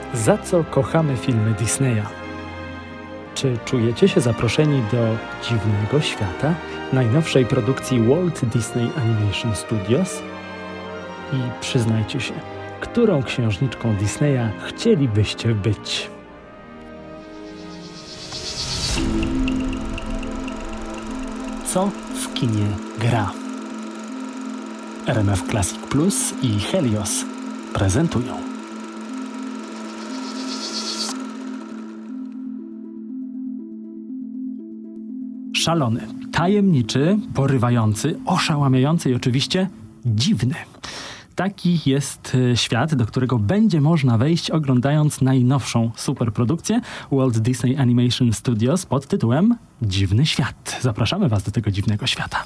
Za co kochamy filmy Disneya? Czy czujecie się zaproszeni do dziwnego świata najnowszej produkcji Walt Disney Animation Studios? I przyznajcie się, którą księżniczką Disneya chcielibyście być? Co w kinie gra? RMF Classic Plus i Helios prezentują. Szalony, tajemniczy, porywający, oszałamiający i oczywiście dziwny. Taki jest świat, do którego będzie można wejść oglądając najnowszą superprodukcję Walt Disney Animation Studios pod tytułem Dziwny Świat. Zapraszamy Was do tego dziwnego świata.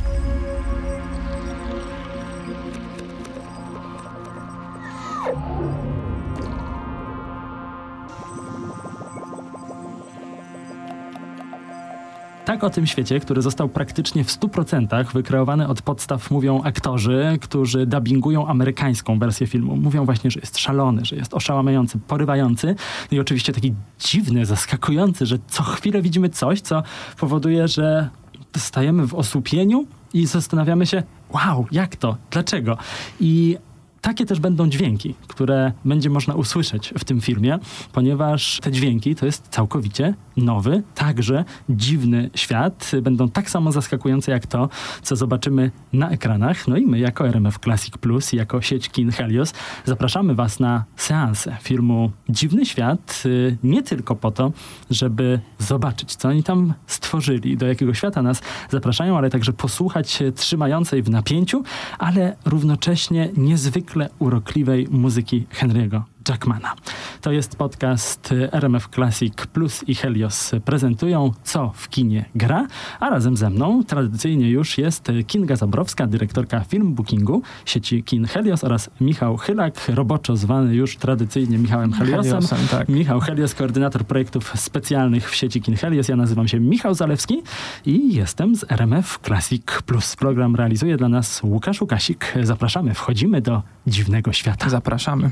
Tak o tym świecie, który został praktycznie w 100% wykreowany od podstaw, mówią aktorzy, którzy dubbingują amerykańską wersję filmu. Mówią właśnie, że jest szalony, że jest oszałamiający, porywający i oczywiście taki dziwny, zaskakujący, że co chwilę widzimy coś, co powoduje, że stajemy w osłupieniu i zastanawiamy się, wow, jak to? Dlaczego? I takie też będą dźwięki, które będzie można usłyszeć w tym filmie, ponieważ te dźwięki to jest całkowicie nowy, także dziwny świat. Będą tak samo zaskakujące jak to, co zobaczymy na ekranach. No i my jako RMF Classic Plus i jako sieć kin Helios zapraszamy Was na seansę filmu Dziwny Świat, nie tylko po to, żeby zobaczyć, co oni tam stworzyli, do jakiego świata nas zapraszają, ale także posłuchać trzymającej w napięciu, ale równocześnie niezwykle urokliwej muzyki Henry'ego Jackmana. To jest podcast RMF Classic Plus i Helios prezentują, co w kinie gra, a razem ze mną tradycyjnie już jest Kinga Zabrowska, dyrektorka filmbookingu sieci kin Helios oraz Michał Chylak, roboczo zwany już tradycyjnie Michałem Heliosem. Tak. Michał Helios, koordynator projektów specjalnych w sieci kin Helios. Ja nazywam się Michał Zalewski i jestem z RMF Classic Plus. Program realizuje dla nas Łukasz Łukasik. Zapraszamy, wchodzimy do dziwnego świata. Zapraszamy.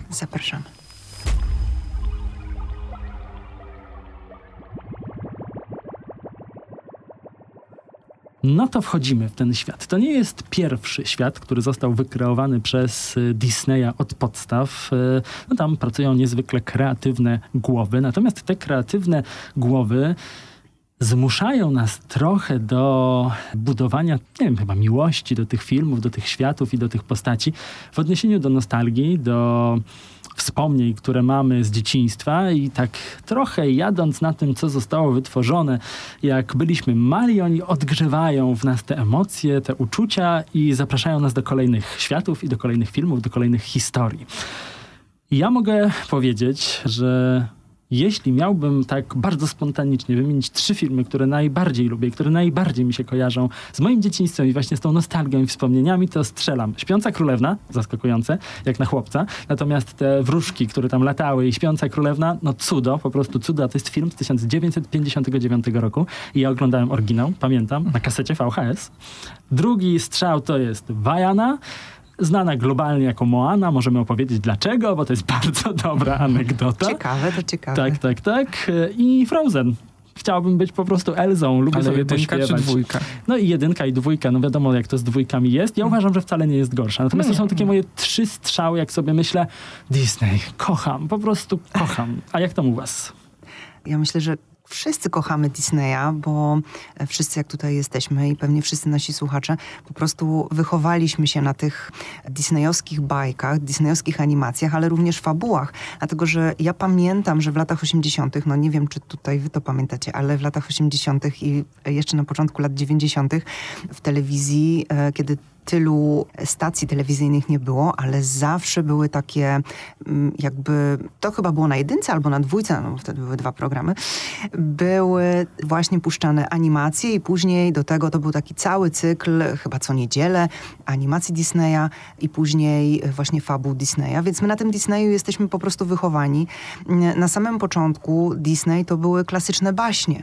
No to wchodzimy w ten świat. To nie jest pierwszy świat, który został wykreowany przez Disneya od podstaw. No tam pracują niezwykle kreatywne głowy, natomiast te kreatywne głowy zmuszają nas trochę do budowania, nie wiem, chyba miłości do tych filmów, do tych światów i do tych postaci w odniesieniu do nostalgii, do wspomnień, które mamy z dzieciństwa i tak trochę jadąc na tym, co zostało wytworzone, jak byliśmy mali, oni odgrzewają w nas te emocje, te uczucia i zapraszają nas do kolejnych światów i do kolejnych filmów, do kolejnych historii. I ja mogę powiedzieć, że jeśli miałbym tak bardzo spontanicznie wymienić 3 filmy, które najbardziej lubię, które najbardziej mi się kojarzą z moim dzieciństwem i właśnie z tą nostalgią i wspomnieniami, to strzelam. Śpiąca Królewna, zaskakujące, jak na chłopca, natomiast te wróżki, które tam latały i Śpiąca Królewna, no cudo, po prostu cudo. To jest film z 1959 roku i ja oglądałem oryginał, pamiętam, na kasecie VHS. Drugi strzał to jest Vaiana, znana globalnie jako Moana. Możemy opowiedzieć dlaczego, bo to jest bardzo dobra anegdota. Ciekawe. Tak. I Frozen. Chciałbym być po prostu Elzą. Lubię sobie pośpiewać. Czy dwójka? No i 1 i 2. No wiadomo, jak to z dwójkami jest. Ja uważam, że wcale nie jest gorsza. Natomiast to są takie moje 3 strzały, jak sobie myślę, Disney, kocham, po prostu kocham. A jak tam u was? Ja myślę, że wszyscy kochamy Disneya, bo wszyscy jak tutaj jesteśmy i pewnie wszyscy nasi słuchacze po prostu wychowaliśmy się na tych disneyowskich bajkach, disneyowskich animacjach, ale również fabułach. Dlatego, że ja pamiętam, że w latach 80., no nie wiem, czy tutaj wy to pamiętacie, ale w latach 80. i jeszcze na początku lat 90. w telewizji, kiedy tylu stacji telewizyjnych nie było, ale zawsze były takie jakby, to chyba było na 1 albo na 2, no bo wtedy były 2 programy, były właśnie puszczane animacje i później do tego to był taki cały cykl, chyba co niedzielę, animacji Disneya i później właśnie fabuł Disneya, więc my na tym Disneyu jesteśmy po prostu wychowani. Na samym początku Disney to były klasyczne baśnie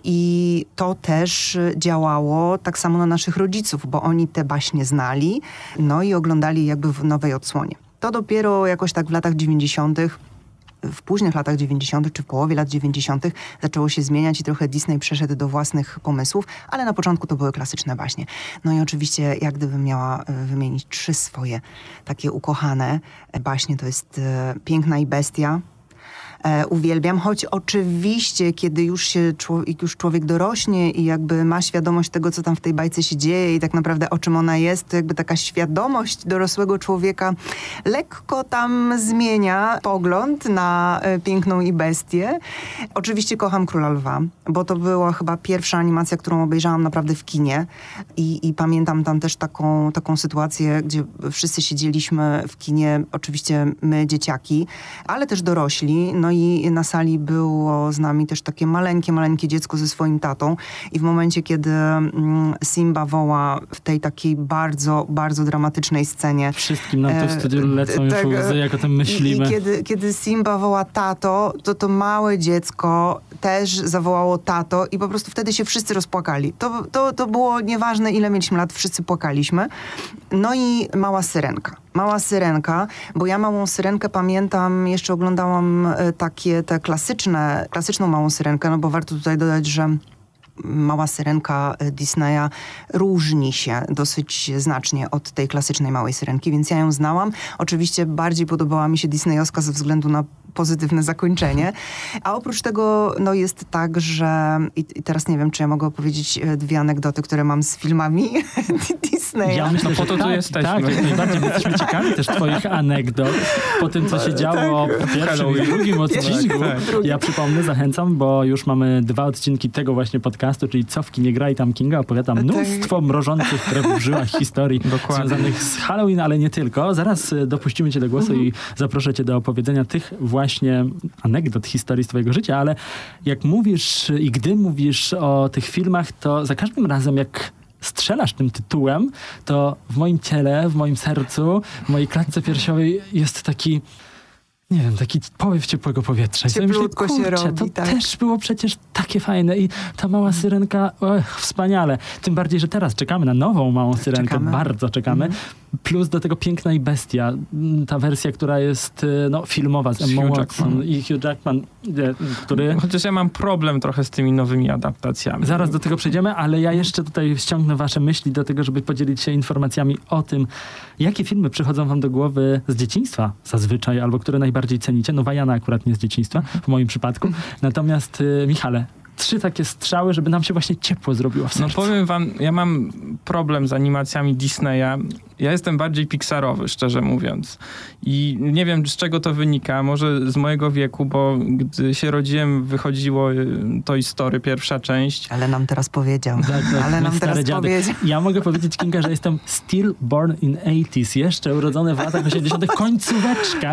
i to też działało tak samo na naszych rodziców, bo oni te baśnie znali, no i oglądali jakby w nowej odsłonie. To dopiero jakoś tak w latach 90. w późnych latach 90. czy w połowie lat 90. zaczęło się zmieniać i trochę Disney przeszedł do własnych pomysłów, ale na początku to były klasyczne baśnie. No i oczywiście, jak gdybym miała wymienić 3 swoje takie ukochane baśnie, to jest Piękna i Bestia. Uwielbiam, choć oczywiście, kiedy już człowiek dorośnie i jakby ma świadomość tego, co tam w tej bajce się dzieje i tak naprawdę o czym ona jest, to jakby taka świadomość dorosłego człowieka lekko tam zmienia pogląd na Piękną i Bestię. Oczywiście kocham Króla Lwa, bo to była chyba pierwsza animacja, którą obejrzałam naprawdę w kinie i pamiętam tam też taką sytuację, gdzie wszyscy siedzieliśmy w kinie, oczywiście my dzieciaki, ale też dorośli, no i na sali było z nami też takie maleńkie dziecko ze swoim tatą i w momencie, kiedy Simba woła w tej takiej bardzo, bardzo dramatycznej scenie. Wszystkim nam tu w studiu lecą już łzy, jak o tym myślimy. I kiedy Simba woła tato, to małe dziecko też zawołało tato i po prostu wtedy się wszyscy rozpłakali. To było nieważne, ile mieliśmy lat, wszyscy płakaliśmy. No i Mała Syrenka, bo ja Małą Syrenkę pamiętam, jeszcze oglądałam tę klasyczną Małą Syrenkę, no bo warto tutaj dodać, że Mała Syrenka Disneya różni się dosyć znacznie od tej klasycznej Małej Syrenki, więc ja ją znałam. Oczywiście bardziej podobała mi się disneyowska ze względu na pozytywne zakończenie. A oprócz tego no jest tak, że i teraz nie wiem, czy ja mogę opowiedzieć 2 anegdoty, które mam z filmami Disneya. Ja myślę, no po to tu jesteśmy. Tak, jak najbardziej. Jesteśmy ciekawi też twoich anegdot po tym, co się działo w pierwszym i drugim odcinku. Ja przypomnę, zachęcam, bo już mamy 2 odcinki tego właśnie podcastu, czyli Co w kinie gra i tam Kinga opowiada mnóstwo mrożących krew w żyłach historii związanych z Halloween, ale nie tylko. Zaraz dopuścimy cię do głosu i zaproszę cię do opowiedzenia tych właśnie anegdot historii z twojego życia, ale jak mówisz i gdy mówisz o tych filmach, to za każdym razem jak strzelasz tym tytułem, to w moim ciele, w moim sercu, w mojej klatce piersiowej jest taki, nie wiem, taki powiew ciepłego powietrza. Cieplutko się robi, to też było przecież takie fajne i ta Mała Syrenka, wspaniale. Tym bardziej, że teraz czekamy na nową Małą Syrenkę, bardzo czekamy. Plus do tego Piękna i Bestia, ta wersja, która jest filmowa z Emma Watson i Hugh Jackman, który... Chociaż ja mam problem trochę z tymi nowymi adaptacjami. Zaraz do tego przejdziemy, ale ja jeszcze tutaj ściągnę wasze myśli do tego, żeby podzielić się informacjami o tym, jakie filmy przychodzą wam do głowy z dzieciństwa zazwyczaj, albo które najbardziej cenicie. No Wajana akurat nie z dzieciństwa, w moim przypadku. Natomiast Michale, 3 takie strzały, żeby nam się właśnie ciepło zrobiło w sercu. No powiem wam, ja mam problem z animacjami Disneya. Ja jestem bardziej pixarowy, szczerze mówiąc. I nie wiem, z czego to wynika. Może z mojego wieku, bo gdy się rodziłem, wychodziło Toy Story, pierwsza część. Ale nam teraz powiedział. Ale nam teraz powiedział. Ja mogę powiedzieć, Kinga, że jestem still born in 80s. Jeszcze urodzony w latach 80. Końcóweczka.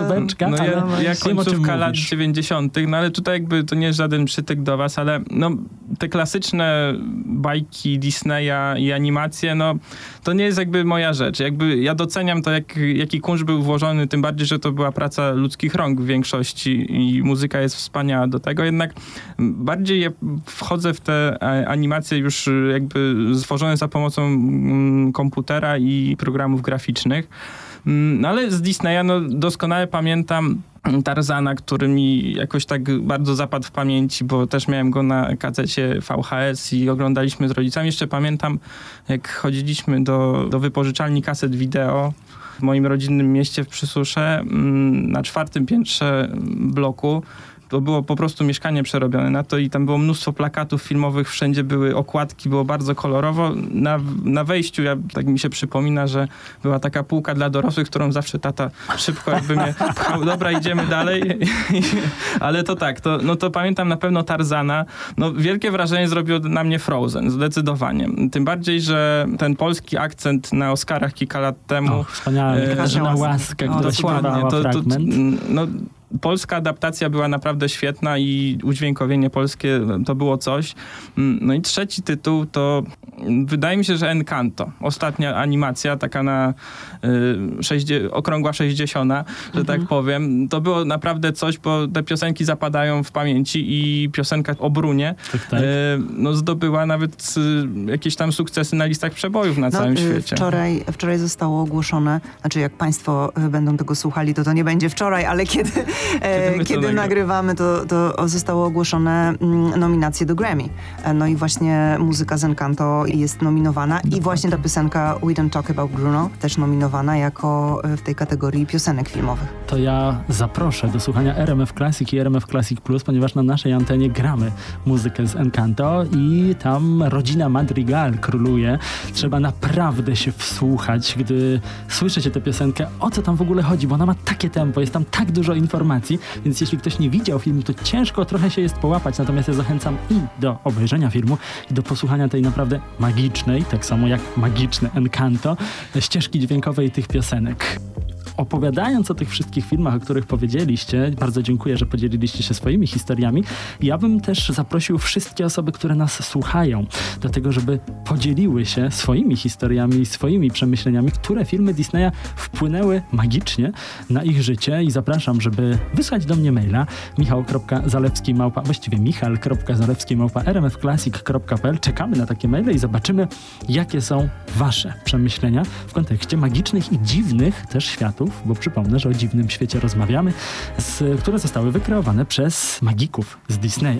No ja końcówka lat 90. No ale tutaj jakby to nie jest żaden przytyk do was, ale no te klasyczne bajki Disneya i animacje, no to nie jest jakby moja rzecz. Jakby ja doceniam to, jaki kunszt był włożony, tym bardziej, że to była praca ludzkich rąk w większości i muzyka jest wspaniała do tego, jednak bardziej ja wchodzę w te animacje już jakby stworzone za pomocą komputera i programów graficznych. No ale z Disneya doskonale pamiętam Tarzana, który mi jakoś tak bardzo zapadł w pamięci, bo też miałem go na kasecie VHS i oglądaliśmy z rodzicami. Jeszcze pamiętam, jak chodziliśmy do wypożyczalni kaset wideo w moim rodzinnym mieście w Przysusze na 4. piętrze bloku. To było po prostu mieszkanie przerobione na to i tam było mnóstwo plakatów filmowych, wszędzie były okładki, było bardzo kolorowo. Na wejściu, tak mi się przypomina, że była taka półka dla dorosłych, którą zawsze tata szybko jakby mnie pchał, dobra, idziemy dalej. Ale to tak, to pamiętam na pewno Tarzana. No, wielkie wrażenie zrobił na mnie Frozen, zdecydowanie. Tym bardziej, że ten polski akcent na Oscarach kilka lat temu... Wspaniale, Katarzyna Łaska, która śpiewała fragment. Polska adaptacja była naprawdę świetna i udźwiękowienie polskie to było coś. No i 3. tytuł to wydaje mi się, że Encanto. Ostatnia animacja, taka na okrągła 60, że tak powiem. To było naprawdę coś, bo te piosenki zapadają w pamięci i piosenka o Brunie zdobyła nawet jakieś tam sukcesy na listach przebojów na całym świecie. Wczoraj zostało ogłoszone, znaczy jak państwo będą tego słuchali, to nie będzie wczoraj, ale Kiedy nagrywamy, to zostało ogłoszone nominacje do Grammy. No i właśnie muzyka z Encanto jest nominowana i właśnie ta piosenka We Don't Talk About Bruno też nominowana jako w tej kategorii piosenek filmowych. To ja zaproszę do słuchania RMF Classic i RMF Classic Plus, ponieważ na naszej antenie gramy muzykę z Encanto i tam rodzina Madrigal króluje. Trzeba naprawdę się wsłuchać, gdy słyszycie tę piosenkę, o co tam w ogóle chodzi, bo ona ma takie tempo, jest tam tak dużo informacji, więc jeśli ktoś nie widział filmu, to ciężko trochę się jest połapać, natomiast ja zachęcam i do obejrzenia filmu, i do posłuchania tej naprawdę magicznej, tak samo jak magiczne Encanto, ścieżki dźwiękowej tych piosenek. Opowiadając o tych wszystkich filmach, o których powiedzieliście, bardzo dziękuję, że podzieliliście się swoimi historiami. Ja bym też zaprosił wszystkie osoby, które nas słuchają, do tego, żeby podzieliły się swoimi historiami, swoimi przemyśleniami, które filmy Disneya wpłynęły magicznie na ich życie i zapraszam, żeby wysłać do mnie maila michał.zalewski@rmfclassic.pl. Czekamy na takie maile i zobaczymy, jakie są wasze przemyślenia w kontekście magicznych i dziwnych też światów, bo przypomnę, że o dziwnym świecie rozmawiamy, które zostały wykreowane przez magików z Disneya.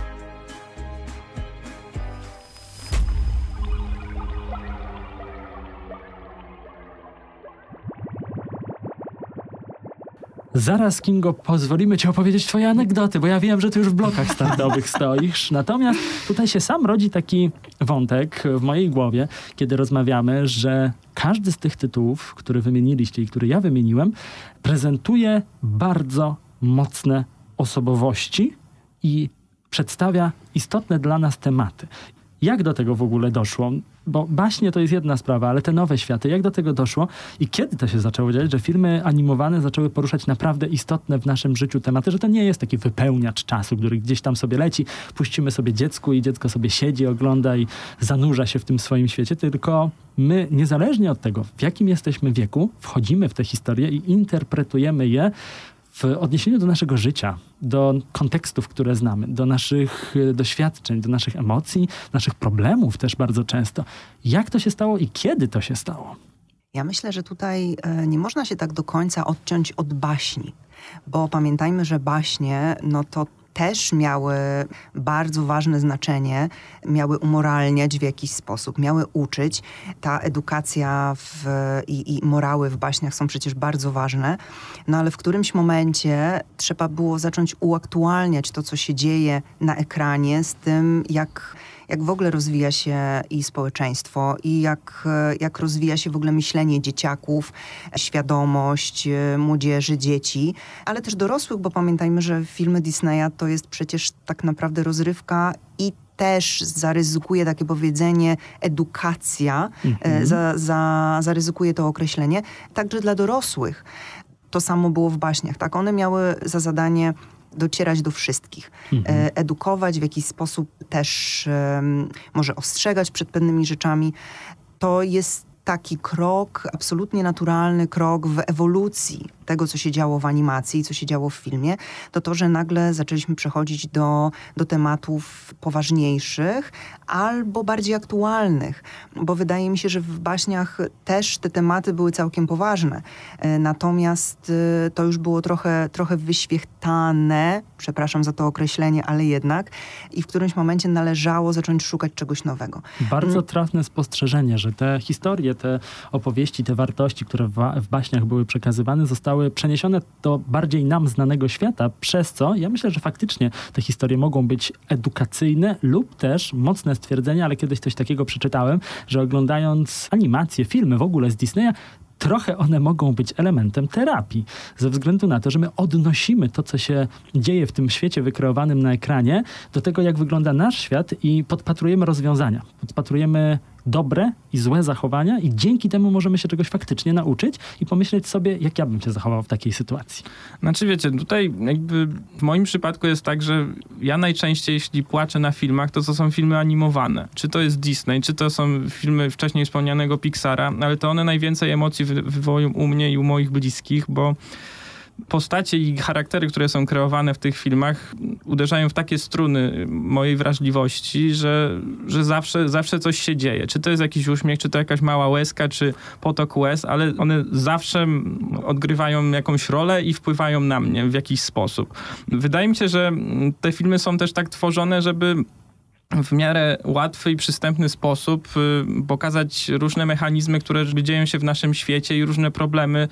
Zaraz, Kingo, pozwolimy ci opowiedzieć twoje anegdoty, bo ja wiem, że ty już w blokach startowych stoisz. Natomiast tutaj się sam rodzi taki wątek w mojej głowie, kiedy rozmawiamy, że każdy z tych tytułów, które wymieniliście i który ja wymieniłem, prezentuje bardzo mocne osobowości i przedstawia istotne dla nas tematy. Jak do tego w ogóle doszło? Bo baśnie to jest jedna sprawa, ale te nowe światy, jak do tego doszło i kiedy to się zaczęło dziać, że filmy animowane zaczęły poruszać naprawdę istotne w naszym życiu tematy, że to nie jest taki wypełniacz czasu, który gdzieś tam sobie leci, puścimy sobie dziecku i dziecko sobie siedzi, ogląda i zanurza się w tym swoim świecie, tylko my, niezależnie od tego, w jakim jesteśmy wieku, wchodzimy w te historie i interpretujemy je w odniesieniu do naszego życia, do kontekstów, które znamy, do naszych doświadczeń, do naszych emocji, naszych problemów też bardzo często. Jak to się stało i kiedy to się stało? Ja myślę, że tutaj nie można się tak do końca odciąć od baśni, bo pamiętajmy, że baśnie, no to też miały bardzo ważne znaczenie, miały umoralniać w jakiś sposób, miały uczyć. Ta edukacja i morały w baśniach są przecież bardzo ważne, no ale w którymś momencie trzeba było zacząć uaktualniać to, co się dzieje na ekranie z tym, jak w ogóle rozwija się i społeczeństwo i jak rozwija się w ogóle myślenie dzieciaków, świadomość młodzieży, dzieci, ale też dorosłych, bo pamiętajmy, że filmy Disneya to jest przecież tak naprawdę rozrywka i też zaryzykuje takie powiedzenie edukacja, zaryzykuje to określenie, także dla dorosłych. To samo było w baśniach, tak? One miały za zadanie docierać do wszystkich, edukować w jakiś sposób też, może ostrzegać przed pewnymi rzeczami. To jest taki krok, absolutnie naturalny krok w ewolucji tego, co się działo w animacji, co się działo w filmie, to, że nagle zaczęliśmy przechodzić do tematów poważniejszych albo bardziej aktualnych, bo wydaje mi się, że w baśniach też te tematy były całkiem poważne. Natomiast to już było trochę wyświechtane, przepraszam za to określenie, ale jednak, i w którymś momencie należało zacząć szukać czegoś nowego. Bardzo trafne spostrzeżenie, że te historie, te opowieści, te wartości, które w baśniach były przekazywane, zostały przeniesione do bardziej nam znanego świata, przez co ja myślę, że faktycznie te historie mogą być edukacyjne lub też mocne stwierdzenia, ale kiedyś coś takiego przeczytałem, że oglądając animacje, filmy w ogóle z Disneya, trochę one mogą być elementem terapii, ze względu na to, że my odnosimy to, co się dzieje w tym świecie wykreowanym na ekranie, do tego, jak wygląda nasz świat i podpatrujemy rozwiązania. Podpatrujemy dobre i złe zachowania i dzięki temu możemy się czegoś faktycznie nauczyć i pomyśleć sobie, jak ja bym się zachował w takiej sytuacji. Znaczy wiecie, tutaj jakby w moim przypadku jest tak, że ja najczęściej, jeśli płaczę na filmach, to są filmy animowane. Czy to jest Disney, czy to są filmy wcześniej wspomnianego Pixara, ale to one najwięcej emocji wywołują u mnie i u moich bliskich, bo postacie i charaktery, które są kreowane w tych filmach, uderzają w takie struny mojej wrażliwości, że zawsze coś się dzieje. Czy to jest jakiś uśmiech, czy to jakaś mała łezka, czy potok łez, ale one zawsze odgrywają jakąś rolę i wpływają na mnie w jakiś sposób. Wydaje mi się, że te filmy są też tak tworzone, żeby w miarę łatwy i przystępny sposób pokazać różne mechanizmy, które dzieją się w naszym świecie i różne problemy,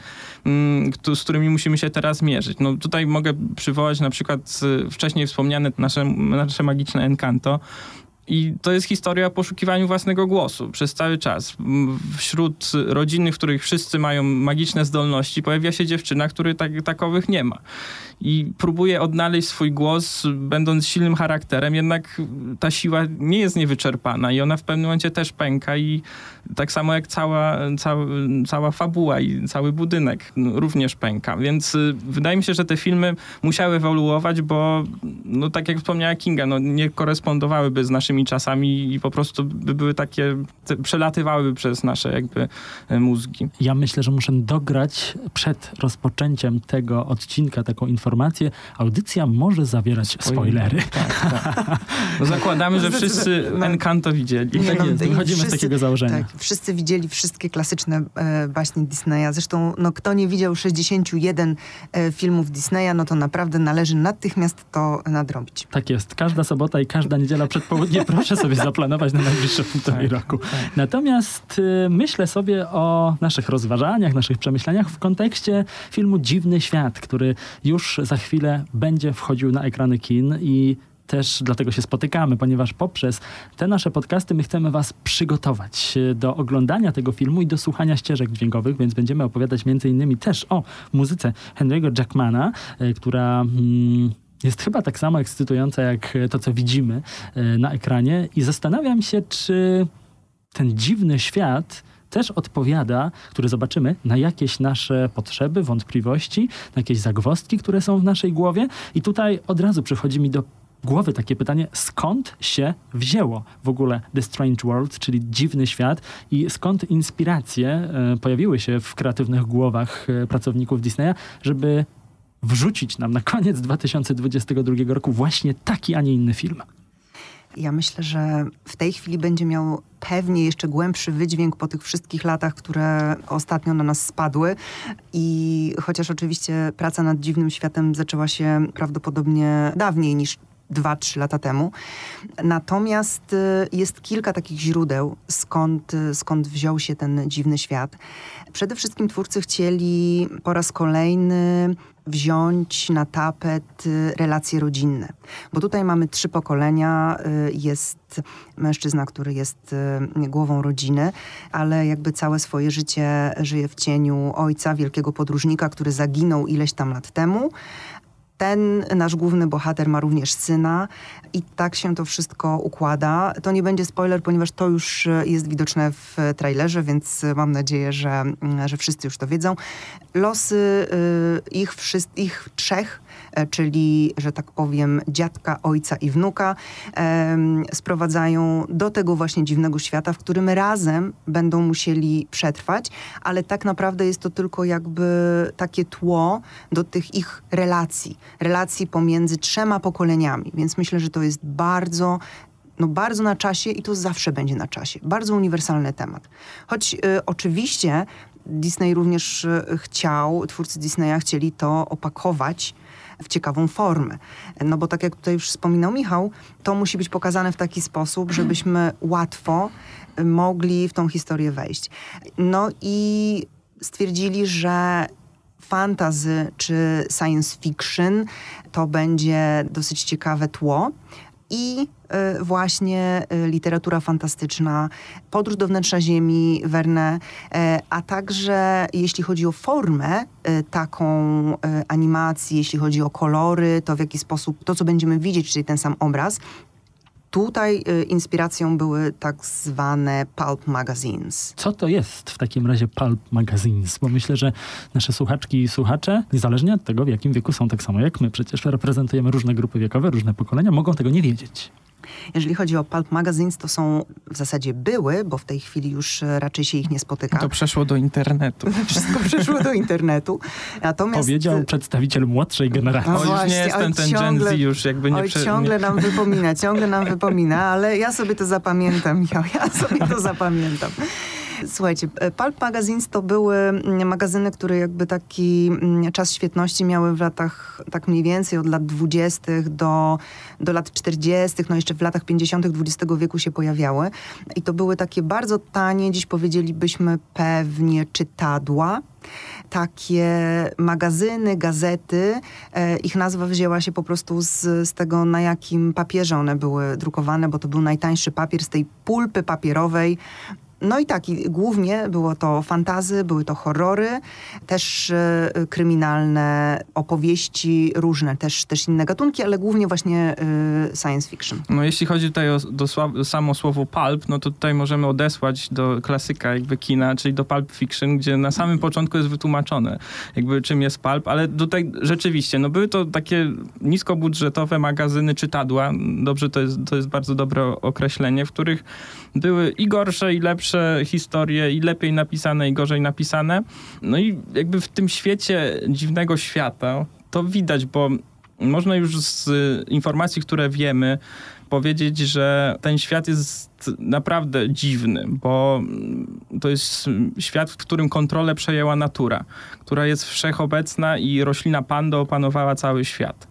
z którymi musimy się teraz mierzyć. No tutaj mogę przywołać na przykład wcześniej wspomniane nasze magiczne Encanto. I to jest historia o poszukiwaniu własnego głosu przez cały czas. Wśród rodziny, w których wszyscy mają magiczne zdolności, pojawia się dziewczyna, której takowych nie ma. I próbuje odnaleźć swój głos, będąc silnym charakterem, jednak ta siła nie jest niewyczerpana i ona w pewnym momencie też pęka i tak samo jak cała fabuła i cały budynek również pęka. Więc wydaje mi się, że te filmy musiały ewoluować, bo no, tak jak wspomniała Kinga, no, nie korespondowałyby z naszymi czasami i po prostu by były takie, przelatywałyby przez nasze jakby mózgi. Ja myślę, że muszę dograć przed rozpoczęciem tego odcinka taką informację. Audycja może zawierać spoilery. Tak. No zakładamy, że wszyscy Encanto widzieli. Tak jest, wychodzimy z takiego założenia. Tak, wszyscy widzieli wszystkie klasyczne baśnie Disneya. Zresztą kto nie widział 61 filmów Disneya, no to naprawdę należy natychmiast to nadrobić. Tak jest. Każda sobota i każda niedziela przed południem proszę sobie zaplanować na najbliższe półtorej roku. Natomiast myślę sobie o naszych rozważaniach, naszych przemyśleniach w kontekście filmu Dziwny Świat, który już za chwilę będzie wchodził na ekrany kin i też dlatego się spotykamy, ponieważ poprzez te nasze podcasty my chcemy was przygotować do oglądania tego filmu i do słuchania ścieżek dźwiękowych, więc będziemy opowiadać między innymi też o muzyce Henry'ego Jackmana, która jest chyba tak samo ekscytująca jak to, co widzimy na ekranie i zastanawiam się, czy ten dziwny świat też odpowiada, który zobaczymy, na jakieś nasze potrzeby, wątpliwości, na jakieś zagwozdki, które są w naszej głowie. I tutaj od razu przychodzi mi do głowy takie pytanie, skąd się wzięło w ogóle The Strange World, czyli Dziwny Świat i skąd inspiracje pojawiły się w kreatywnych głowach pracowników Disneya, żeby wrzucić nam na koniec 2022 roku właśnie taki, a nie inny film. Ja myślę, że w tej chwili będzie miał pewnie jeszcze głębszy wydźwięk po tych wszystkich latach, które ostatnio na nas spadły. I chociaż oczywiście praca nad Dziwnym Światem zaczęła się prawdopodobnie dawniej niż 2-3 lata temu. Natomiast jest kilka takich źródeł, skąd wziął się ten Dziwny Świat. Przede wszystkim twórcy chcieli po raz kolejny wziąć na tapet relacje rodzinne. Bo tutaj mamy 3 pokolenia. Jest mężczyzna, który jest głową rodziny, ale jakby całe swoje życie żyje w cieniu ojca, wielkiego podróżnika, który zaginął ileś tam lat temu. Ten nasz główny bohater ma również syna i tak się to wszystko układa. To nie będzie spoiler, ponieważ to już jest widoczne w trailerze, więc mam nadzieję, że wszyscy już to wiedzą. Losy ich 3, czyli, że tak powiem, dziadka, ojca i wnuka, sprowadzają do tego właśnie dziwnego świata, w którym razem będą musieli przetrwać, ale tak naprawdę jest to tylko jakby takie tło do tych ich relacji pomiędzy 3 pokoleniami, więc myślę, że to jest bardzo na czasie i to zawsze będzie na czasie. Bardzo uniwersalny temat. Choć oczywiście Disney również twórcy Disneya chcieli to opakować w ciekawą formę. No bo tak jak tutaj już wspominał Michał, to musi być pokazane w taki sposób, żebyśmy łatwo mogli w tą historię wejść. No i stwierdzili, że fantasy czy science fiction to będzie dosyć ciekawe tło i właśnie literatura fantastyczna, Podróż do wnętrza Ziemi, Verne, a także jeśli chodzi o formę taką animacji, jeśli chodzi o kolory, to w jaki sposób to, co będziemy widzieć, czyli ten sam obraz. Tutaj inspiracją były tak zwane pulp magazines. Co to jest w takim razie pulp magazines? Bo myślę, że nasze słuchaczki i słuchacze, niezależnie od tego, w jakim wieku są, tak samo jak my, przecież reprezentujemy różne grupy wiekowe, różne pokolenia, mogą tego nie wiedzieć. Jeżeli chodzi o pulp magazines, to są w zasadzie były, bo w tej chwili już raczej się ich nie spotyka. To przeszło do internetu. Wszystko przeszło do internetu. Natomiast... Powiedział przedstawiciel młodszej generacji. No już nie jestem ten Gen Z, już jakby nie... Ciągle nam wypomina, ale ja sobie to zapamiętam, Michał, ja sobie to zapamiętam. Słuchajcie, Pulp Magazines to były magazyny, które jakby taki czas świetności miały w latach, tak mniej więcej od lat 20. do lat 40., no jeszcze w latach 50. XX wieku się pojawiały. I to były takie bardzo tanie, dziś powiedzielibyśmy pewnie czytadła. Takie magazyny, gazety. Ich nazwa wzięła się po prostu z tego, na jakim papierze one były drukowane, bo to był najtańszy papier z tej pulpy papierowej. No i tak, i głównie było to fantasy, były to horrory, też kryminalne opowieści, różne, też inne gatunki, ale głównie właśnie science fiction. No jeśli chodzi tutaj o samo słowo pulp, no to tutaj możemy odesłać do klasyka jakby kina, czyli do Pulp Fiction, gdzie na samym początku jest wytłumaczone jakby czym jest pulp, ale tutaj rzeczywiście, no były to takie niskobudżetowe magazyny czytadła, dobrze, to jest bardzo dobre określenie, w których były i gorsze, i lepsze historie, i lepiej napisane, i gorzej napisane. No i jakby w tym świecie dziwnego świata to widać, bo można już z informacji, które wiemy, powiedzieć, że ten świat jest naprawdę dziwny, bo to jest świat, w którym kontrolę przejęła natura, która jest wszechobecna i roślina pando opanowała cały świat.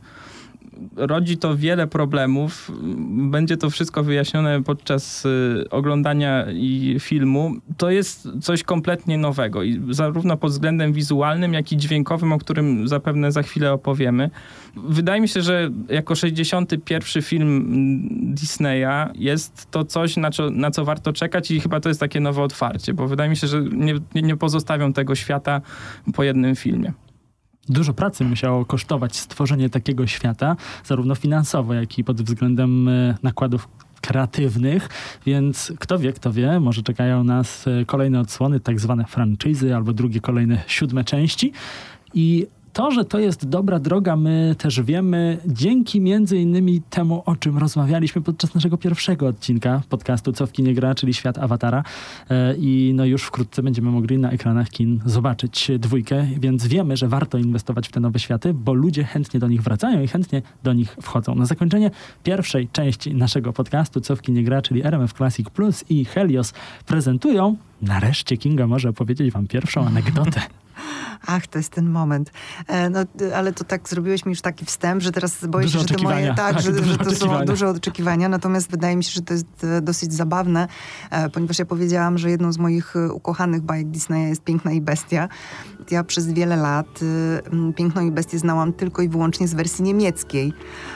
Rodzi to wiele problemów. Będzie to wszystko wyjaśnione podczas oglądania filmu. To jest coś kompletnie nowego i zarówno pod względem wizualnym, jak i dźwiękowym, o którym zapewne za chwilę opowiemy. Wydaje mi się, że jako 61. film Disneya jest to coś, na co warto czekać i chyba to jest takie nowe otwarcie, bo wydaje mi się, że nie pozostawią tego świata po jednym filmie. Dużo pracy musiało kosztować stworzenie takiego świata, zarówno finansowo, jak i pod względem nakładów kreatywnych, więc kto wie, może czekają nas kolejne odsłony, tak zwane franczyzy, albo drugie, kolejne 7 części. I to, że to jest dobra droga, my też wiemy dzięki między innymi temu, o czym rozmawialiśmy podczas naszego pierwszego odcinka podcastu Co w kinie gra, czyli Świat Awatara. I no już wkrótce będziemy mogli na ekranach kin zobaczyć 2, więc wiemy, że warto inwestować w te nowe światy, bo ludzie chętnie do nich wracają i chętnie do nich wchodzą. Na zakończenie pierwszej części naszego podcastu Co w kinie gra, czyli RMF Classic Plus i Helios prezentują, nareszcie Kinga może opowiedzieć wam pierwszą anegdotę. Ach, to jest ten moment. No, ale to tak, zrobiłeś mi już taki wstęp, że teraz boję się, że te moje... Tak, że to są duże oczekiwania, natomiast wydaje mi się, że to jest dosyć zabawne, ponieważ ja powiedziałam, że jedną z moich ukochanych bajek Disneya jest Piękna i Bestia. Ja przez wiele lat Piękną i Bestię znałam tylko i wyłącznie z wersji niemieckiej.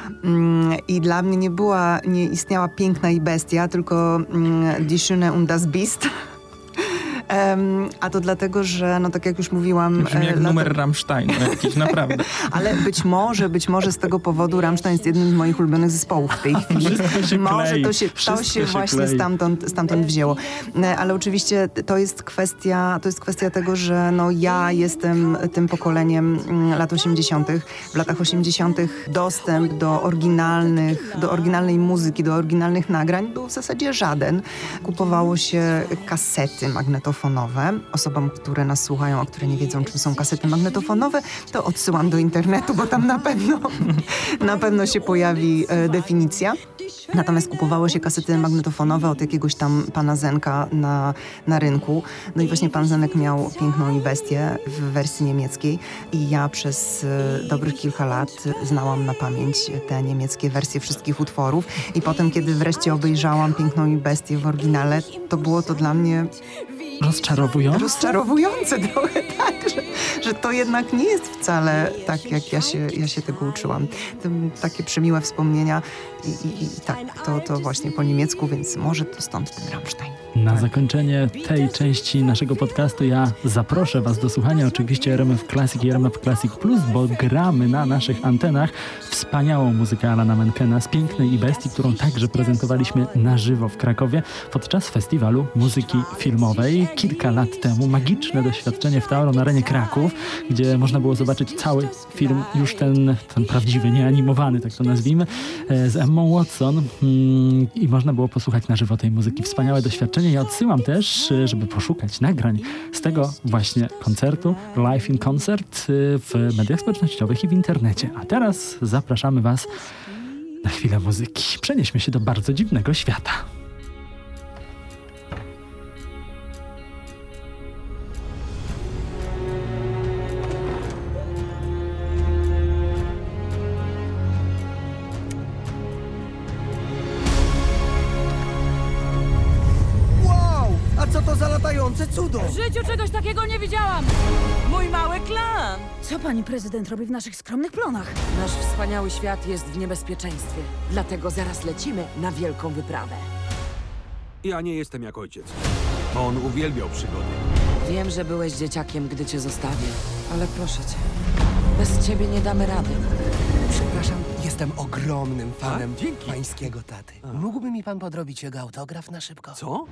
I dla mnie nie istniała Piękna i Bestia, tylko Die Schöne und das Biest. A to dlatego, że, no tak jak już mówiłam... Brzmi jak numer Rammsteinu jakiś, naprawdę. Ale być może z tego powodu Rammstein jest jednym z moich ulubionych zespołów w tej chwili. Może to się właśnie stamtąd wzięło. Ale oczywiście to jest kwestia tego, że no ja jestem tym pokoleniem lat 80. W latach 80. dostęp do oryginalnej muzyki, do oryginalnych nagrań był w zasadzie żaden. Kupowało się kasety magnetofonowe. Osobom, które nas słuchają, a które nie wiedzą, czym są kasety magnetofonowe, to odsyłam do internetu, bo tam na pewno się pojawi definicja. Natomiast kupowało się kasety magnetofonowe od jakiegoś tam pana Zenka na rynku. No i właśnie pan Zenek miał Piękną i Bestię w wersji niemieckiej i ja przez dobrych kilka lat znałam na pamięć te niemieckie wersje wszystkich utworów i potem, kiedy wreszcie obejrzałam Piękną i Bestię w oryginale, to było to dla mnie... Rozczarowujące trochę, tak, że to jednak nie jest wcale tak, jak ja się tego uczyłam. Takie przemiłe wspomnienia i tak, to właśnie po niemiecku, więc może to stąd ten Rammstein. Na zakończenie tej części naszego podcastu ja zaproszę was do słuchania oczywiście RMF Classic i RMF Classic Plus, bo gramy na naszych antenach wspaniałą muzykę Alana Menkena z Pięknej i Bestii, którą także prezentowaliśmy na żywo w Krakowie podczas festiwalu muzyki filmowej. kilka lat temu. Magiczne doświadczenie w Tauron Arenie Kraków, gdzie można było zobaczyć cały film, już ten prawdziwy, nieanimowany, tak to nazwijmy, z Emmą Watson i można było posłuchać na żywo tej muzyki. Wspaniałe doświadczenie. Ja odsyłam też, żeby poszukać nagrań z tego właśnie koncertu Live in Concert w mediach społecznościowych i w internecie. A teraz zapraszamy Was na chwilę muzyki. Przenieśmy się do bardzo dziwnego świata. Co to za latające cudo? W życiu czegoś takiego nie widziałam! Mój mały klan! Co pani prezydent robi w naszych skromnych plonach? Nasz wspaniały świat jest w niebezpieczeństwie. Dlatego zaraz lecimy na wielką wyprawę. Ja nie jestem jak ojciec. On uwielbiał przygody. Wiem, że byłeś dzieciakiem, gdy cię zostawię. Ale proszę cię, bez ciebie nie damy rady. Przepraszam, jestem ogromnym fanem Dzięki. pańskiego taty. Mógłby mi pan podrobić jego autograf na szybko? Co?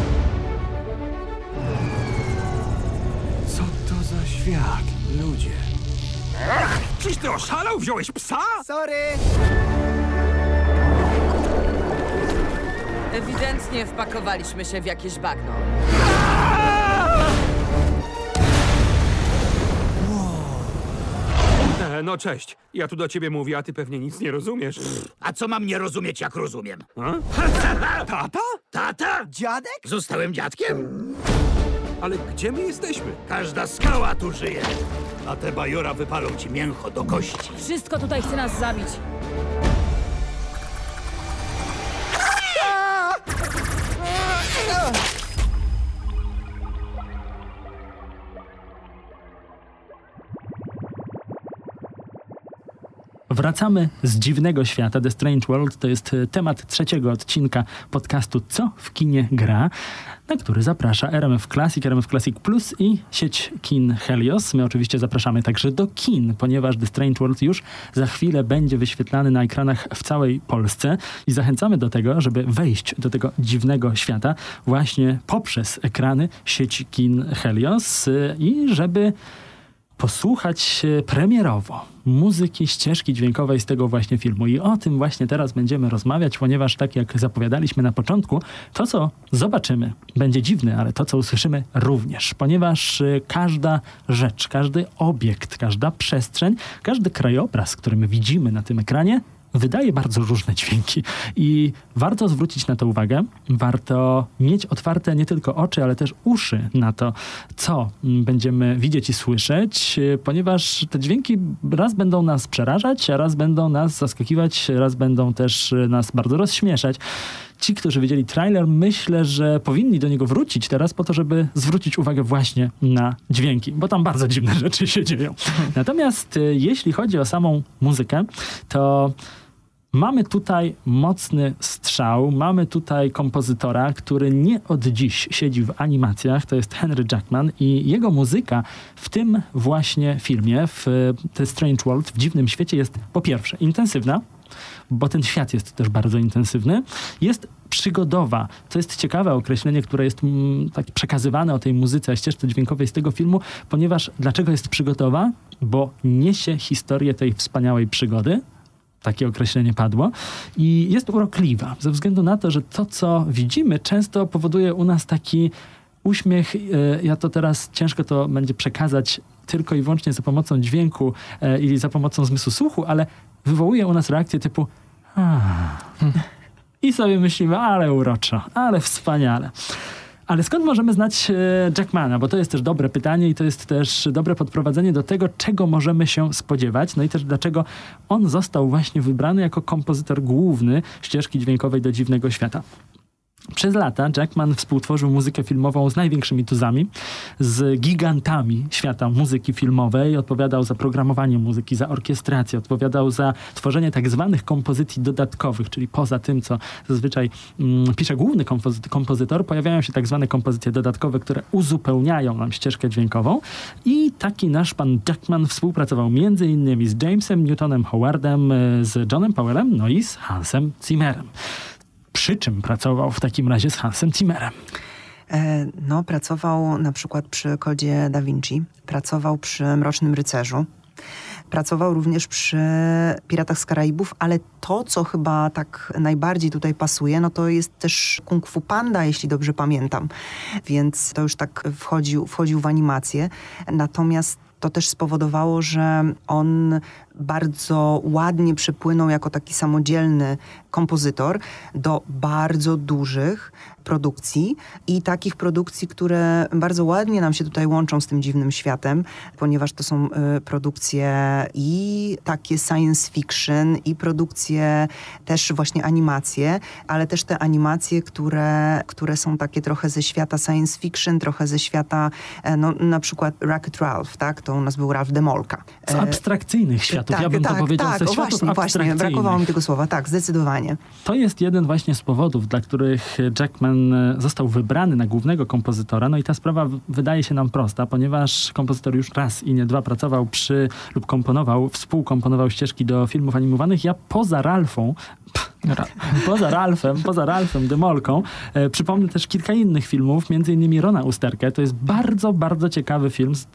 Co to za świat? Ludzie. Czyś ty oszalał? Wziąłeś psa? Sorry! Ewidentnie wpakowaliśmy się w jakieś bagno. No cześć. Ja tu do ciebie mówię, a ty pewnie nic nie rozumiesz. A co mam nie rozumieć, jak rozumiem? Tata? Tata? Dziadek? Zostałem dziadkiem? Ale gdzie my jesteśmy? Każda skała tu żyje. A te bajora wypalą ci mięcho do kości. Wszystko tutaj chce nas zabić. Wracamy z dziwnego świata. The Strange World to jest temat trzeciego odcinka podcastu Co w kinie gra, na który zaprasza RMF Classic Plus i sieć kin Helios. My oczywiście zapraszamy także do kin, ponieważ The Strange World już za chwilę będzie wyświetlany na ekranach w całej Polsce i zachęcamy do tego, żeby wejść do tego dziwnego świata właśnie poprzez ekrany sieci kin Helios i żeby posłuchać premierowo muzyki, ścieżki dźwiękowej z tego właśnie filmu. I o tym właśnie teraz będziemy rozmawiać, ponieważ tak jak zapowiadaliśmy na początku, to co zobaczymy będzie dziwne, ale to co usłyszymy również, ponieważ każda rzecz, każdy obiekt, każda przestrzeń, każdy krajobraz, który my widzimy na tym ekranie, wydaje bardzo różne dźwięki i warto zwrócić na to uwagę, warto mieć otwarte nie tylko oczy, ale też uszy na to, co będziemy widzieć i słyszeć, ponieważ te dźwięki raz będą nas przerażać, a raz będą nas zaskakiwać, raz będą też nas bardzo rozśmieszać. Ci, którzy widzieli trailer, myślę, że powinni do niego wrócić teraz po to, żeby zwrócić uwagę właśnie na dźwięki, bo tam bardzo dziwne rzeczy się dzieją. Natomiast jeśli chodzi o samą muzykę, to mamy tutaj mocny strzał, mamy tutaj kompozytora, który nie od dziś siedzi w animacjach, to jest Henry Jackman i jego muzyka w tym właśnie filmie, w The Strange World, w dziwnym świecie jest po pierwsze intensywna, bo ten świat jest też bardzo intensywny, jest przygodowa. To jest ciekawe określenie, które jest tak przekazywane o tej muzyce, ścieżce dźwiękowej z tego filmu, ponieważ dlaczego jest przygodowa? Bo niesie historię tej wspaniałej przygody. Takie określenie padło. I jest urokliwa, ze względu na to, że to, co widzimy, często powoduje u nas taki uśmiech. Ja to teraz ciężko to będzie przekazać tylko i wyłącznie za pomocą dźwięku i za pomocą zmysłu słuchu, ale wywołuje u nas reakcję typu i sobie myślimy, ale uroczo, ale wspaniale. Ale skąd możemy znać Jackmana? Bo to jest też dobre pytanie i to jest też dobre podprowadzenie do tego, czego możemy się spodziewać. No i też dlaczego on został właśnie wybrany jako kompozytor główny ścieżki dźwiękowej do Dziwnego Świata. Przez lata Jackman współtworzył muzykę filmową z największymi tuzami, z gigantami świata muzyki filmowej, odpowiadał za programowanie muzyki, za orkiestrację, odpowiadał za tworzenie tak zwanych kompozycji dodatkowych, czyli poza tym, co zazwyczaj pisze główny kompozytor, pojawiają się tak zwane kompozycje dodatkowe, które uzupełniają nam ścieżkę dźwiękową i taki nasz pan Jackman współpracował m.in. z Jamesem Newtonem Howardem, z Johnem Powellem, no i z Hansem Zimmerem. Przy czym pracował w takim razie z Hansem Zimmerem? No, pracował na przykład przy Kodzie Da Vinci, pracował przy Mrocznym Rycerzu. Pracował również przy Piratach z Karaibów, ale to, co chyba tak najbardziej tutaj pasuje, no to jest też Kung Fu Panda, jeśli dobrze pamiętam. Więc to już tak wchodził w animację. Natomiast to też spowodowało, że on bardzo ładnie przepłynął jako taki samodzielny kompozytor do bardzo dużych produkcji i takich produkcji, które bardzo ładnie nam się tutaj łączą z tym dziwnym światem, ponieważ to są produkcje i takie science fiction, i produkcje też właśnie animacje, ale też te animacje, które są takie trochę ze świata science fiction, trochę ze świata, no na przykład Wreck-It Ralph, tak? To u nas był Ralph Demolka. Z abstrakcyjnych światów. Tak, ja bym to powiedział, ze światów właśnie, brakowało mi tego słowa. Tak, zdecydowanie. To jest jeden właśnie z powodów, dla których Jackman został wybrany na głównego kompozytora. No i ta sprawa wydaje się nam prosta, ponieważ kompozytor już raz i nie dwa pracował przy lub współkomponował ścieżki do filmów animowanych. Ja poza Ralphem Demolką przypomnę też kilka innych filmów, między innymi Rona Usterkę. To jest bardzo, bardzo ciekawy film z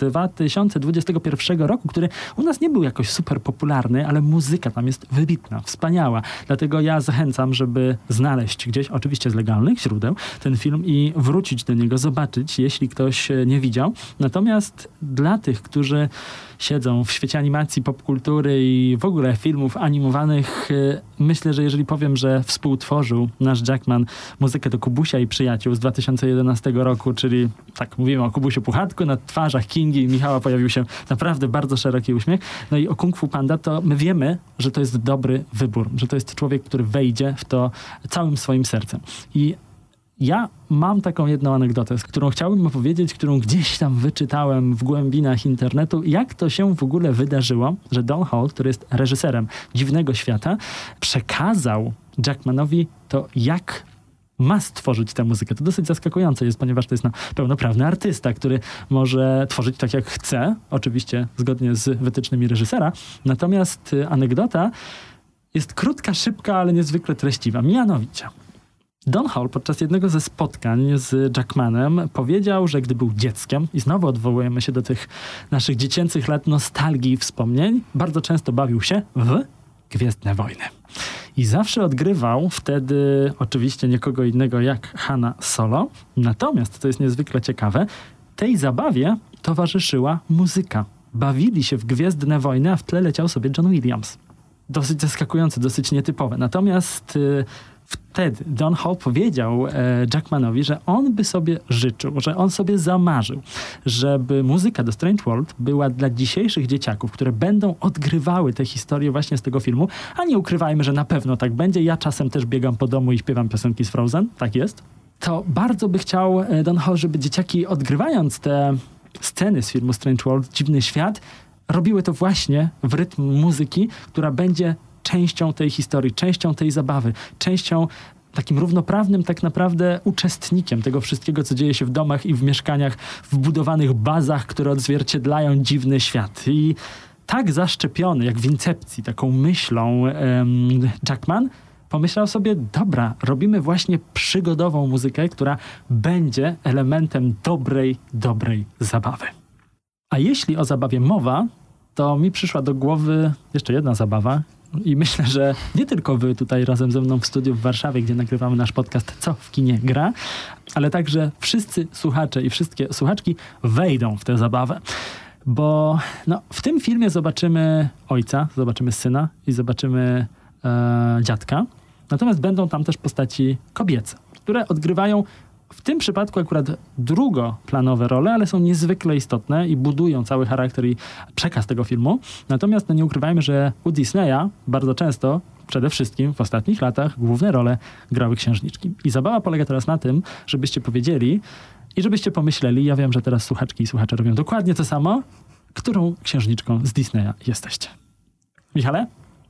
2021 roku, który u nas nie był jakoś super popularny, ale muzyka tam jest wybitna, wspaniała. Dlatego ja zachęcam, żeby znaleźć gdzieś, oczywiście z legalnych źródeł, ten film i wrócić do niego, zobaczyć, jeśli ktoś nie widział. Natomiast dla tych, którzy siedzą w świecie animacji, popkultury i w ogóle filmów animowanych, myślę, że jeżeli powiem, że współtworzył nasz Jackman muzykę do Kubusia i Przyjaciół z 2011 roku, czyli tak, mówimy o Kubusiu Puchatku, na twarzach Kingi i Michała pojawił się naprawdę bardzo szeroki uśmiech. No i o Kung Fu Panda to my wiemy, że to jest dobry wybór, że to jest człowiek, który wejdzie w to całym swoim sercem. I ja mam taką jedną anegdotę, którą chciałbym opowiedzieć, którą gdzieś tam wyczytałem w głębinach internetu. Jak to się w ogóle wydarzyło, że Don Hall, który jest reżyserem Dziwnego Świata, przekazał Jackmanowi to, jak ma stworzyć tę muzykę. To dosyć zaskakujące jest, ponieważ to jest pełnoprawny artysta, który może tworzyć tak, jak chce, oczywiście zgodnie z wytycznymi reżysera. Natomiast anegdota jest krótka, szybka, ale niezwykle treściwa. Mianowicie Don Hall podczas jednego ze spotkań z Jackmanem powiedział, że gdy był dzieckiem, i znowu odwołujemy się do tych naszych dziecięcych lat nostalgii i wspomnień, bardzo często bawił się w Gwiezdne Wojny. I zawsze odgrywał wtedy oczywiście nikogo innego jak Hanna Solo. Natomiast, co jest niezwykle ciekawe, tej zabawie towarzyszyła muzyka. Bawili się w Gwiezdne Wojny, a w tle leciał sobie John Williams. Dosyć zaskakujące, dosyć nietypowe. Natomiast wtedy Don Hall powiedział Jackmanowi, że on by sobie życzył, że on sobie zamarzył, żeby muzyka do Strange World była dla dzisiejszych dzieciaków, które będą odgrywały te historie właśnie z tego filmu, a nie ukrywajmy, że na pewno tak będzie. Ja czasem też biegam po domu i śpiewam piosenki z Frozen, tak jest. To bardzo by chciał Don Hall, żeby dzieciaki, odgrywając te sceny z filmu Strange World, Dziwny Świat, robiły to właśnie w rytm muzyki, która będzie częścią tej historii, częścią tej zabawy, częścią takim równoprawnym tak naprawdę uczestnikiem tego wszystkiego, co dzieje się w domach i w mieszkaniach, w budowanych bazach, które odzwierciedlają dziwny świat. I tak zaszczepiony, jak w Incepcji, taką myślą Jackman pomyślał sobie, dobra, robimy właśnie przygodową muzykę, która będzie elementem dobrej zabawy. A jeśli o zabawie mowa, to mi przyszła do głowy jeszcze jedna zabawa i myślę, że nie tylko wy tutaj razem ze mną w studiu w Warszawie, gdzie nagrywamy nasz podcast Co w kinie gra, ale także wszyscy słuchacze i wszystkie słuchaczki wejdą w tę zabawę. Bo w tym filmie zobaczymy ojca, zobaczymy syna i zobaczymy dziadka. Natomiast będą tam też postaci kobiece, które odgrywają w tym przypadku akurat drugoplanowe role, ale są niezwykle istotne i budują cały charakter i przekaz tego filmu. Natomiast nie ukrywajmy, że u Disneya bardzo często, przede wszystkim w ostatnich latach, główne role grały księżniczki. I zabawa polega teraz na tym, żebyście powiedzieli i żebyście pomyśleli, ja wiem, że teraz słuchaczki i słuchacze robią dokładnie to samo, którą księżniczką z Disneya jesteście. Michale?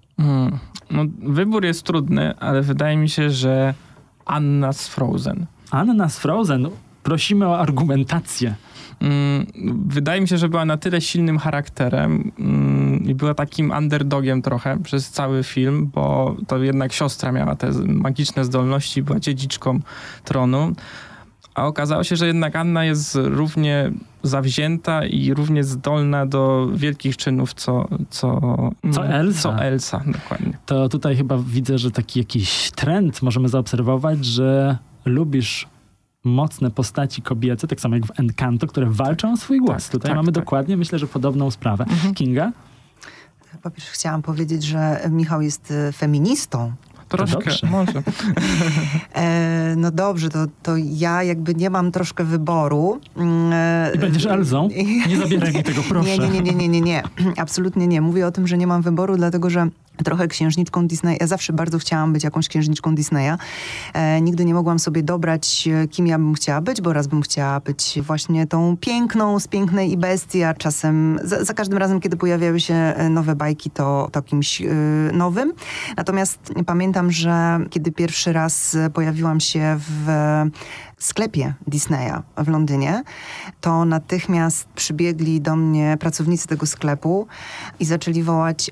Wybór jest trudny, ale wydaje mi się, że Anna z Frozen. Anna z Frozen. Prosimy o argumentację. Wydaje mi się, że była na tyle silnym charakterem i była takim underdogiem trochę przez cały film, bo to jednak siostra miała te magiczne zdolności, była dziedziczką tronu. A okazało się, że jednak Anna jest równie zawzięta i równie zdolna do wielkich czynów, co Elsa. Co Elsa, dokładnie. To tutaj chyba widzę, że taki jakiś trend możemy zaobserwować, że lubisz mocne postaci kobiece, tak samo jak w Encanto, które walczą o swój głos. Tutaj mamy dokładnie, myślę, że podobną sprawę. Kinga? Po pierwsze chciałam powiedzieć, że Michał jest feministą. Troszkę, może. No dobrze, to ja jakby nie mam troszkę wyboru. I będziesz Elzą? Nie zabieraj mi tego, proszę. Nie. Absolutnie nie. Mówię o tym, że nie mam wyboru, dlatego że trochę księżniczką Disneya. Ja zawsze bardzo chciałam być jakąś księżniczką Disneya. Nigdy nie mogłam sobie dobrać, kim ja bym chciała być, bo raz bym chciała być właśnie tą piękną z Pięknej i Bestii, a czasem, za każdym razem, kiedy pojawiały się nowe bajki, to kimś nowym. Natomiast pamiętam, że kiedy pierwszy raz pojawiłam się w sklepie Disneya w Londynie, to natychmiast przybiegli do mnie pracownicy tego sklepu i zaczęli wołać: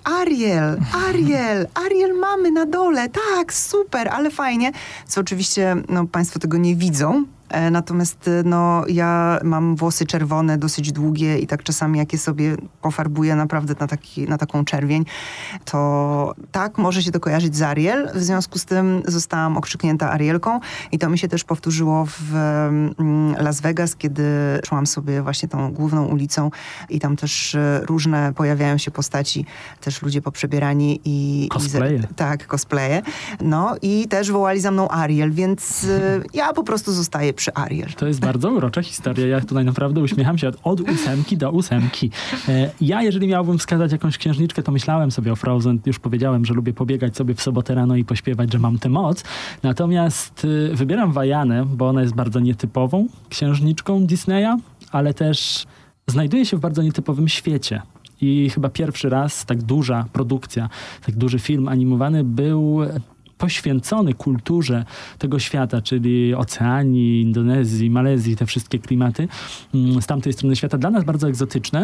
Ariel mamy na dole, tak, super, ale fajnie. Co oczywiście, państwo tego nie widzą. Natomiast ja mam włosy czerwone, dosyć długie i tak czasami jak je sobie pofarbuję naprawdę na taką czerwień, to tak, może się to kojarzyć z Ariel. W związku z tym zostałam okrzyknięta Arielką i to mi się też powtórzyło w Las Vegas, kiedy szłam sobie właśnie tą główną ulicą i tam też różne pojawiają się postaci, też ludzie poprzebierani i cosplaye. Tak, cosplaye. No i też wołali za mną Ariel, więc ja po prostu zostaję przy Ariel. To jest bardzo urocza historia. Ja tutaj naprawdę uśmiecham się od 8 do 8. Ja, jeżeli miałbym wskazać jakąś księżniczkę, to myślałem sobie o Frozen. Już powiedziałem, że lubię pobiegać sobie w sobotę rano i pośpiewać, że mam tę moc. Natomiast wybieram Vajanę, bo ona jest bardzo nietypową księżniczką Disneya, ale też znajduje się w bardzo nietypowym świecie. I chyba pierwszy raz tak duża produkcja, tak duży film animowany był poświęcony kulturze tego świata, czyli Oceanii, Indonezji, Malezji, te wszystkie klimaty z tamtej strony świata, dla nas bardzo egzotyczne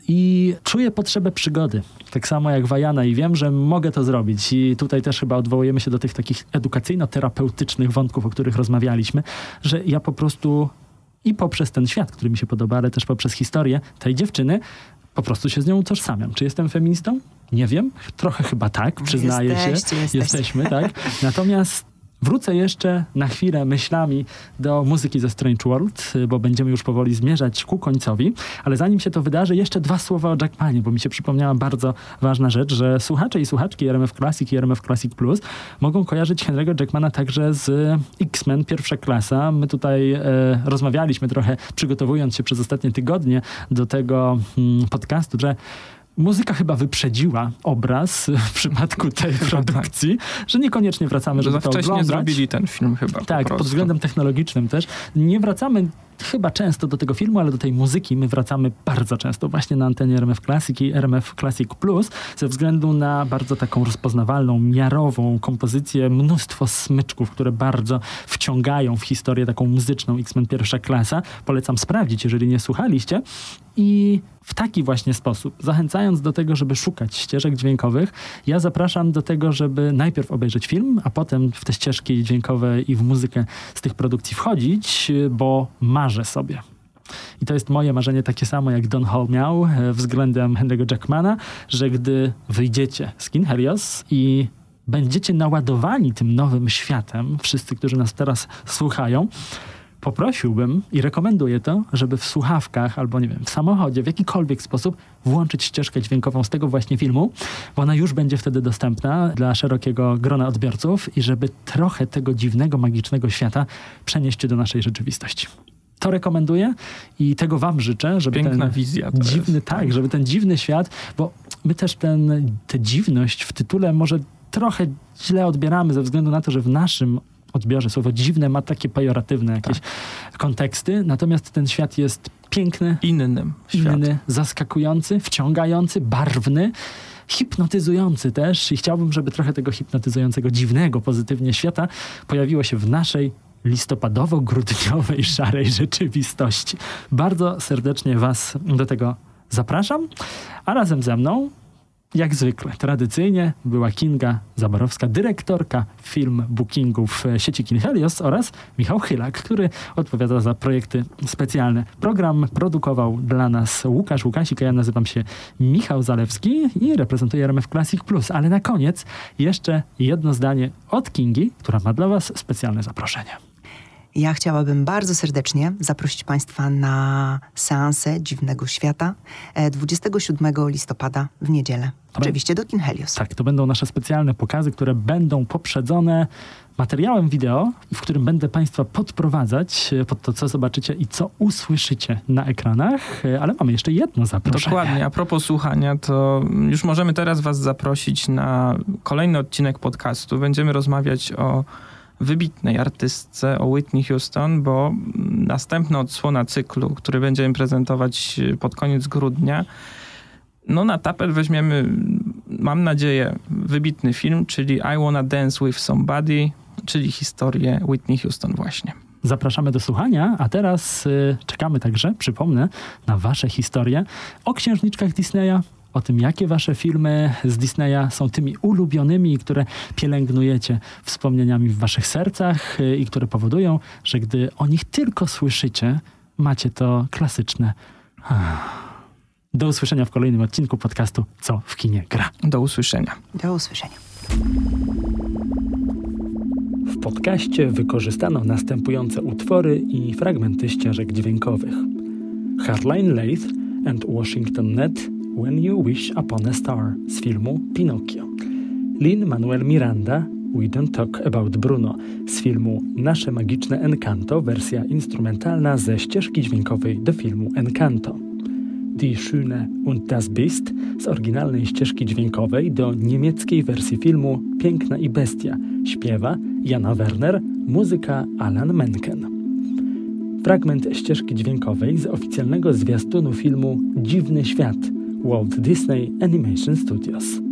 i czuję potrzebę przygody. Tak samo jak Vajana i wiem, że mogę to zrobić. I tutaj też chyba odwołujemy się do tych takich edukacyjno-terapeutycznych wątków, o których rozmawialiśmy, że ja po prostu i poprzez ten świat, który mi się podoba, ale też poprzez historię tej dziewczyny, po prostu się z nią utożsamiam. Czy jestem feministą? Nie wiem. Trochę chyba tak, przyznaję się. Jesteśmy, tak. Natomiast wrócę jeszcze na chwilę myślami do muzyki ze Strange World, bo będziemy już powoli zmierzać ku końcowi. Ale zanim się to wydarzy, jeszcze 2 słowa o Jackmanie, bo mi się przypomniała bardzo ważna rzecz, że słuchacze i słuchaczki RMF Classic i RMF Classic Plus mogą kojarzyć Henry'ego Jackmana także z X-Men Pierwsza Klasa. My tutaj rozmawialiśmy trochę, przygotowując się przez ostatnie tygodnie do tego podcastu, że muzyka chyba wyprzedziła obraz w przypadku tej produkcji, że niekoniecznie wracamy, żeby to oglądać. Wcześniej zrobili ten film chyba. Tak, pod względem technologicznym też. Nie wracamy chyba często do tego filmu, ale do tej muzyki my wracamy bardzo często właśnie na antenie RMF Classic i RMF Classic Plus ze względu na bardzo taką rozpoznawalną, miarową kompozycję, mnóstwo smyczków, które bardzo wciągają w historię taką muzyczną X-Men Pierwsza Klasa. Polecam sprawdzić, jeżeli nie słuchaliście. I w taki właśnie sposób, zachęcając do tego, żeby szukać ścieżek dźwiękowych, ja zapraszam do tego, żeby najpierw obejrzeć film, a potem w te ścieżki dźwiękowe i w muzykę z tych produkcji wchodzić, bo marzę sobie. I to jest moje marzenie takie samo, jak Don Hall miał względem Henry'ego Jackmana, że gdy wyjdziecie z kin Helios i będziecie naładowani tym nowym światem, wszyscy, którzy nas teraz słuchają, poprosiłbym i rekomenduję to, żeby w słuchawkach albo, nie wiem, w samochodzie, w jakikolwiek sposób włączyć ścieżkę dźwiękową z tego właśnie filmu, bo ona już będzie wtedy dostępna dla szerokiego grona odbiorców i żeby trochę tego dziwnego, magicznego świata przenieść do naszej rzeczywistości. To rekomenduję i tego wam życzę, żeby piękna ten wizja dziwny, jest, tak, żeby ten dziwny świat, bo my też tę dziwność w tytule może trochę źle odbieramy ze względu na to, że w naszym odbiorze słowo dziwne ma takie pejoratywne jakieś konteksty, natomiast ten świat jest piękny, inny, zaskakujący, wciągający, barwny, hipnotyzujący też i chciałbym, żeby trochę tego hipnotyzującego, dziwnego, pozytywnie świata pojawiło się w naszej listopadowo-grudniowej, szarej rzeczywistości. Bardzo serdecznie was do tego zapraszam, a razem ze mną Jak zwykle, tradycyjnie była Kinga Zaborowska, dyrektorka film bookingów sieci Kin Helios oraz Michał Chylak, który odpowiada za projekty specjalne. Program produkował dla nas Łukasz Łukasik, a ja nazywam się Michał Zalewski i reprezentuję RMF Classic Plus. Ale na koniec jeszcze jedno zdanie od Kingi, która ma dla was specjalne zaproszenie. Ja chciałabym bardzo serdecznie zaprosić Państwa na seansę Dziwnego Świata 27 listopada w niedzielę. Oczywiście do Kin Helios. Tak, to będą nasze specjalne pokazy, które będą poprzedzone materiałem wideo, w którym będę Państwa podprowadzać pod to, co zobaczycie i co usłyszycie na ekranach, ale mamy jeszcze jedno zaproszenie. Dokładnie, a propos słuchania, to już możemy teraz Was zaprosić na kolejny odcinek podcastu. Będziemy rozmawiać o wybitnej artystce, o Whitney Houston, bo następna odsłona cyklu, który będziemy prezentować pod koniec grudnia, no na tapet weźmiemy, mam nadzieję, wybitny film, czyli I Wanna Dance With Somebody, czyli historię Whitney Houston właśnie. Zapraszamy do słuchania, a teraz czekamy także, przypomnę, na wasze historie o księżniczkach Disneya, o tym, jakie wasze filmy z Disneya są tymi ulubionymi, które pielęgnujecie wspomnieniami w waszych sercach i które powodują, że gdy o nich tylko słyszycie, macie to klasyczne. Do usłyszenia w kolejnym odcinku podcastu Co w kinie gra. Do usłyszenia. Do usłyszenia. W podcaście wykorzystano następujące utwory i fragmenty ścieżek dźwiękowych. Caroline Leigh and Washington Nett When You Wish Upon a Star z filmu Pinocchio. Lin-Manuel Miranda We Don't Talk About Bruno z filmu Nasze Magiczne Encanto, wersja instrumentalna ze ścieżki dźwiękowej do filmu Encanto. Die Schöne und das Biest z oryginalnej ścieżki dźwiękowej do niemieckiej wersji filmu Piękna i Bestia. Śpiewa Jana Werner, muzyka Alan Menken. Fragment ścieżki dźwiękowej z oficjalnego zwiastunu filmu Dziwny Świat Walt Disney Animation Studios.